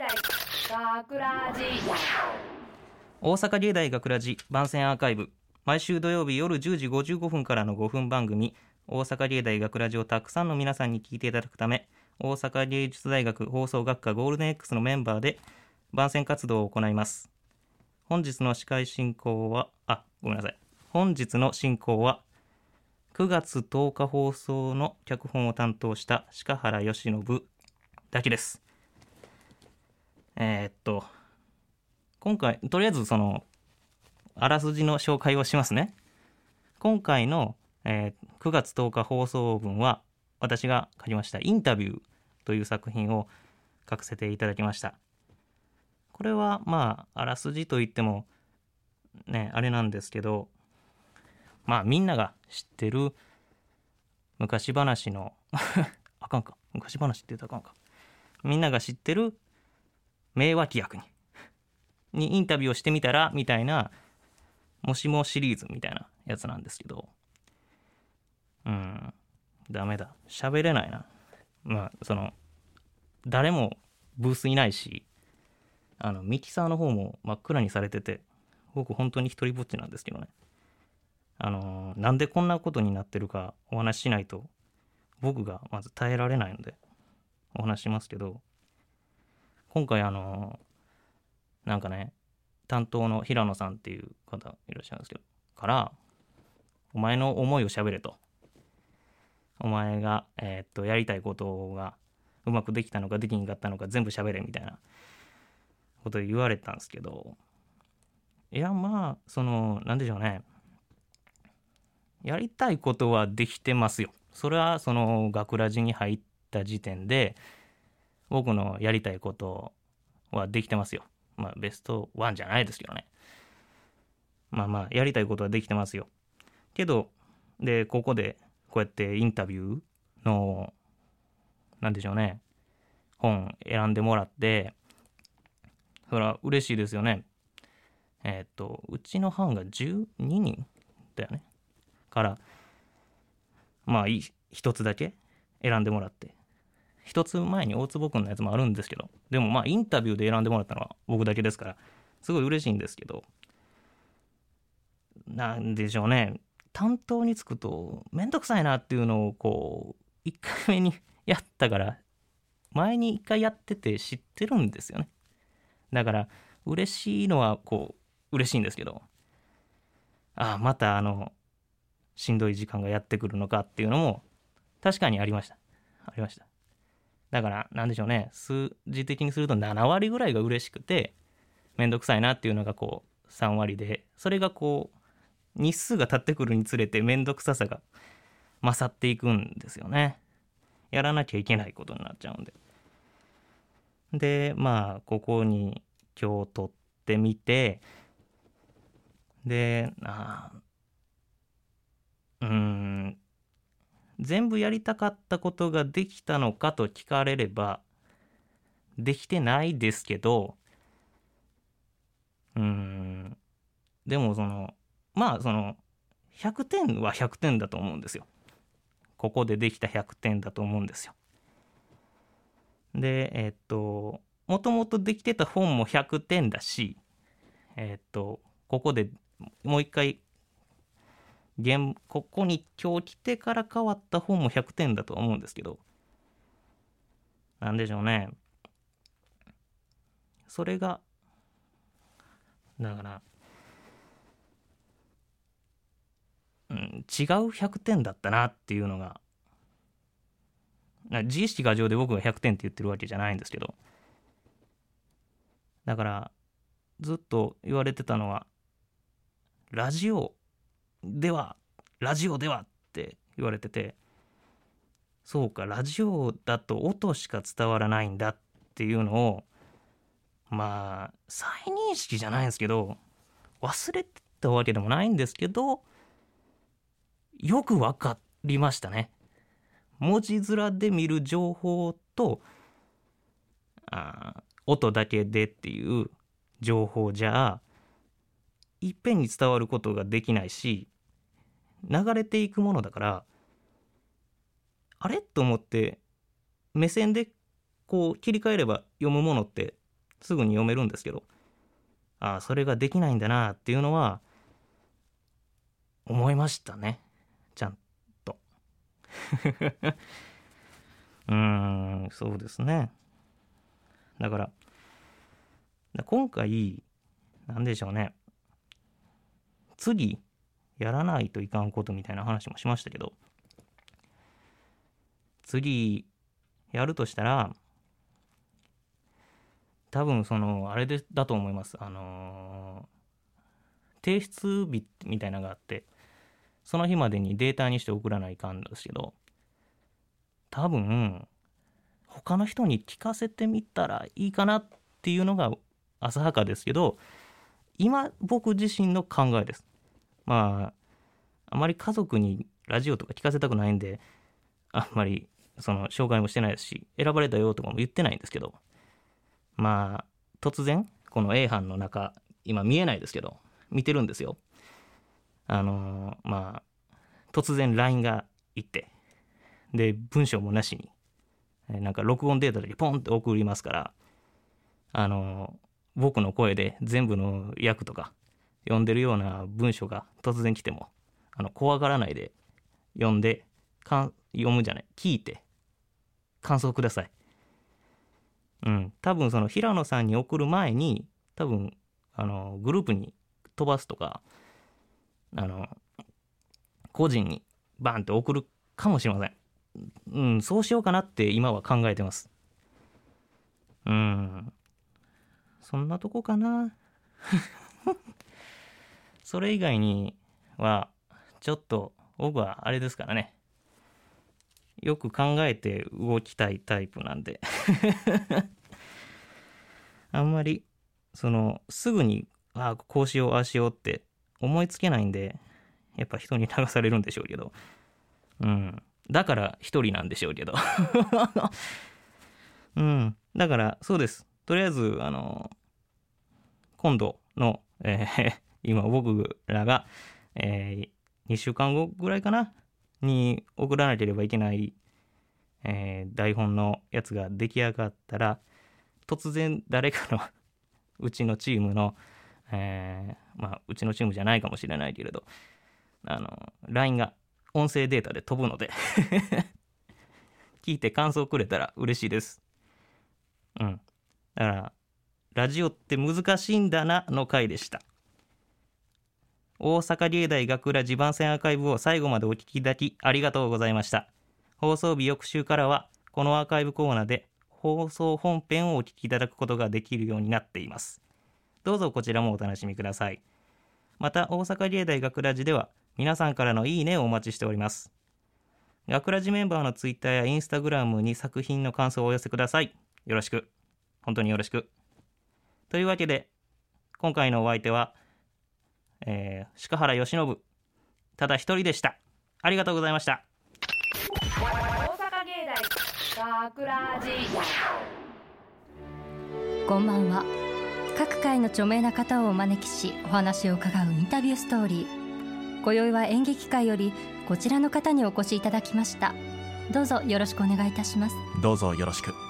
学ラジ大阪芸大学ラジ番宣アーカイブ、毎週土曜日夜10時55分からの5分番組、大阪芸大学ラジをたくさんの皆さんに聞いていただくため、大阪芸術大学放送学科ゴールデン X のメンバーで番宣活動を行います。本日の進行は9月10日放送の脚本を担当した鹿原由伸だけです。今回とりあえずあらすじの紹介をしますね。今回の、9月10日放送分は私が書きましたインタビューという作品を書かせていただきました。これはあらすじといってもねあれなんですけど、みんなが知ってる昔話の昔話って言ったらあかんか、みんなが知ってる名脇役にインタビューをしてみたらみたいな、もしもシリーズみたいなやつなんですけど、ダメだ、喋れないな。誰もブースいないし、ミキサーの方も真っ暗にされてて、僕本当に一人ぼっちなんですけどね。なんでこんなことになってるかお話ししないと僕がまず耐えられないのでお話しますけど、今回担当の平野さんっていう方いらっしゃるんですけどからお前の思いを喋れと、お前がやりたいことがうまくできたのかできんかったのか全部喋れみたいなことを言われたんですけど、いやなんでしょうね、やりたいことはできてますよ。それは学ラジに入った時点で僕のやりたいことはできてますよ。ベストワンじゃないですけどね。やりたいことはできてますよ。けどでここでこうやってインタビューのなんでしょうね、本選んでもらって、それは嬉しいですよね。うちの班が12人だよね。から一つだけ選んでもらって、一つ前に大坪くんのやつもあるんですけど、でもインタビューで選んでもらったのは僕だけですからすごい嬉しいんですけど、なんでしょうね、担当につくとめんどくさいなっていうのを1回目にやったから、前に1回やってて知ってるんですよね。だから嬉しいのは嬉しいんですけど、またしんどい時間がやってくるのかっていうのも確かにありました。だからなんでしょうね、数字的にすると7割ぐらいが嬉しくて、めんどくさいなっていうのが3割で、それが日数が経ってくるにつれてめんどくささが勝っていくんですよね。やらなきゃいけないことになっちゃうんで。でここに今日撮ってみて、で全部やりたかったことができたのかと聞かれればできてないですけど、でも100点は100点だと思うんですよ。ここでできた100点だと思うんですよ。でもともとできてた本も100点だし、ここでもう一回ここに今日来てから変わった本も100点だとは思うんですけど、なんでしょうね、それがだから違う100点だったなっていうのが、自意識過剰で僕が100点って言ってるわけじゃないんですけど、だからずっと言われてたのはラジオではって言われてて、そうか、ラジオだと音しか伝わらないんだっていうのを再認識じゃないんですけど、忘れてたわけでもないんですけど、よく分かりましたね。文字面で見る情報と音だけでっていう情報じゃいっぺんに伝わることができないし、流れていくものだから、あれと思って目線で切り替えれば読むものってすぐに読めるんですけど、それができないんだなっていうのは思いましたね、ちゃんと。そうですね。だから今回なんでしょうね、次やらないといかんことみたいな話もしましたけど、次やるとしたら多分あれだと思います。提出日みたいなのがあって、その日までにデータにして送らないかんですけど、多分他の人に聞かせてみたらいいかなっていうのが浅はかですけど、今僕自身の考えです。あまり家族にラジオとか聞かせたくないんで、あんまり紹介もしてないですし、選ばれたよとかも言ってないんですけど、突然この A 班の中、今見えないですけど見てるんですよ。突然 LINE が行って、で文章もなしになんか録音データだけポンって送りますから、僕の声で全部の役とか読んでるような文章が突然来ても怖がらないで読聞いて感想ください。多分平野さんに送る前に多分グループに飛ばすとか個人にバンって送るかもしれません。そうしようかなって今は考えてます。そんなとこかな。それ以外にはちょっと僕はあれですからね、よく考えて動きたいタイプなんであんまりすぐにこうしようああしようって思いつけないんで、やっぱ人に流されるんでしょうけど、だから一人なんでしょうけどだからそうです。とりあえず今度の、今僕らが、2週間後ぐらいかなに送らなければいけない、台本のやつが出来上がったら、突然誰かのうちのチームの、うちのチームじゃないかもしれないけれどLINE が音声データで飛ぶので聞いて感想くれたら嬉しいです。だからラジオって難しいんだなの回でした。大阪芸大学ラジ番宣アーカイブを最後までお聞きいただきありがとうございました。放送日翌週からはこのアーカイブコーナーで放送本編をお聞きいただくことができるようになっています。どうぞこちらもお楽しみください。また大阪芸大学ラジでは皆さんからのいいねをお待ちしております。学ラジメンバーのツイッターやインスタグラムに作品の感想をお寄せください。よろしく。本当によろしく。というわけで今回のお相手は、鹿原由伸ただ一人でした。ありがとうございました。 大阪芸大学ラジ。 こんばんは。各界の著名な方をお招きしお話を伺うインタビューストーリー。今宵は演劇界よりこちらの方にお越しいただきました。どうぞよろしくお願いいたします。 どうぞよろしく。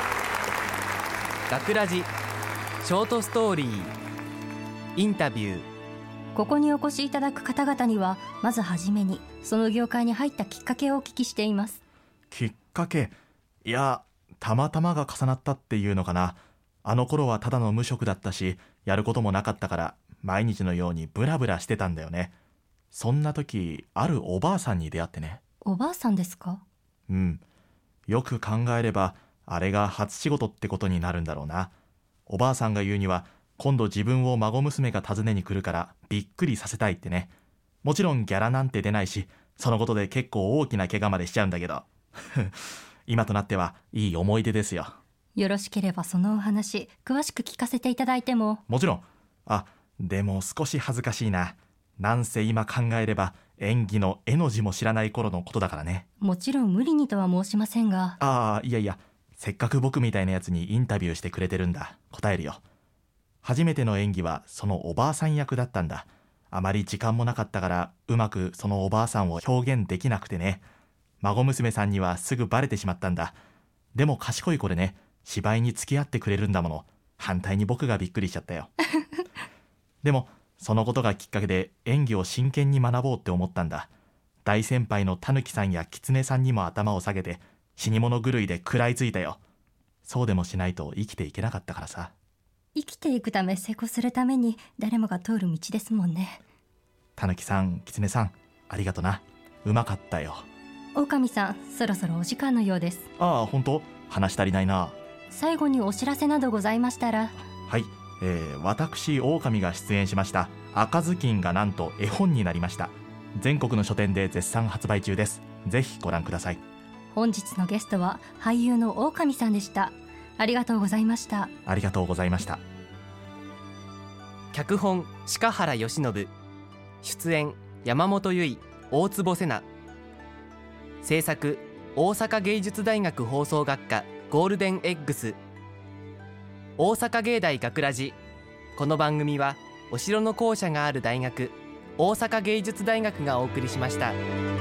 学ラジショートストーリーインタビュー。 ここにお越しいただく方々にはまずはじめにその業界に入ったきっかけをお聞きしています。 きっかけ、いやたまたまが重なったっていうのかな。あの頃はただの無職だったしやることもなかったから毎日のようにブラブラしてたんだよね。そんな時あるおばあさんに出会ってね。 おばあさんですか？ よく考えればあれが初仕事ってことになるんだろうな。おばあさんが言うには今度自分を孫娘が訪ねに来るからびっくりさせたいってね。もちろんギャラなんて出ないしそのことで結構大きな怪我までしちゃうんだけど今となってはいい思い出ですよ。 よろしければそのお話詳しく聞かせていただいても。 もちろん。でも少し恥ずかしいな。なんせ今考えれば演技の絵の字も知らない頃のことだからね。 もちろん無理にとは申しませんが。 いやせっかく僕みたいなやつにインタビューしてくれてるんだ。答えるよ。初めての演技はそのおばあさん役だったんだ。あまり時間もなかったからうまくそのおばあさんを表現できなくてね。孫娘さんにはすぐバレてしまったんだ。でも賢い子でね、芝居に付き合ってくれるんだもの。 反対に僕がびっくりしちゃったよ。でもそのことがきっかけで演技を真剣に学ぼうって思ったんだ。大先輩のたぬきさんやきつねさんにも頭を下げて死に物狂いで食らいついたよ。そうでもしないと生きていけなかったからさ。 生きていくため、成功するために誰もが通る道ですもんね。 たぬきさん、きつねさん、ありがとな。うまかったよ。 狼さん、そろそろお時間のようです。 ああ、本当？話足りないな。 最後にお知らせなどございましたら。 はい、私狼が出演しました赤ずきんがなんと絵本になりました。全国の書店で絶賛発売中です。ぜひご覧ください。 本日のゲストは俳優の狼さんでした。ありがとうございました。 ありがとうございました。 脚本鹿原由伸、出演山本由依、大坪瀬名、制作大阪芸術大学放送学科ゴールデンエッグス、大阪芸大学ラジ。この番組はお城の校舎がある大学、大阪芸術大学がお送りしました。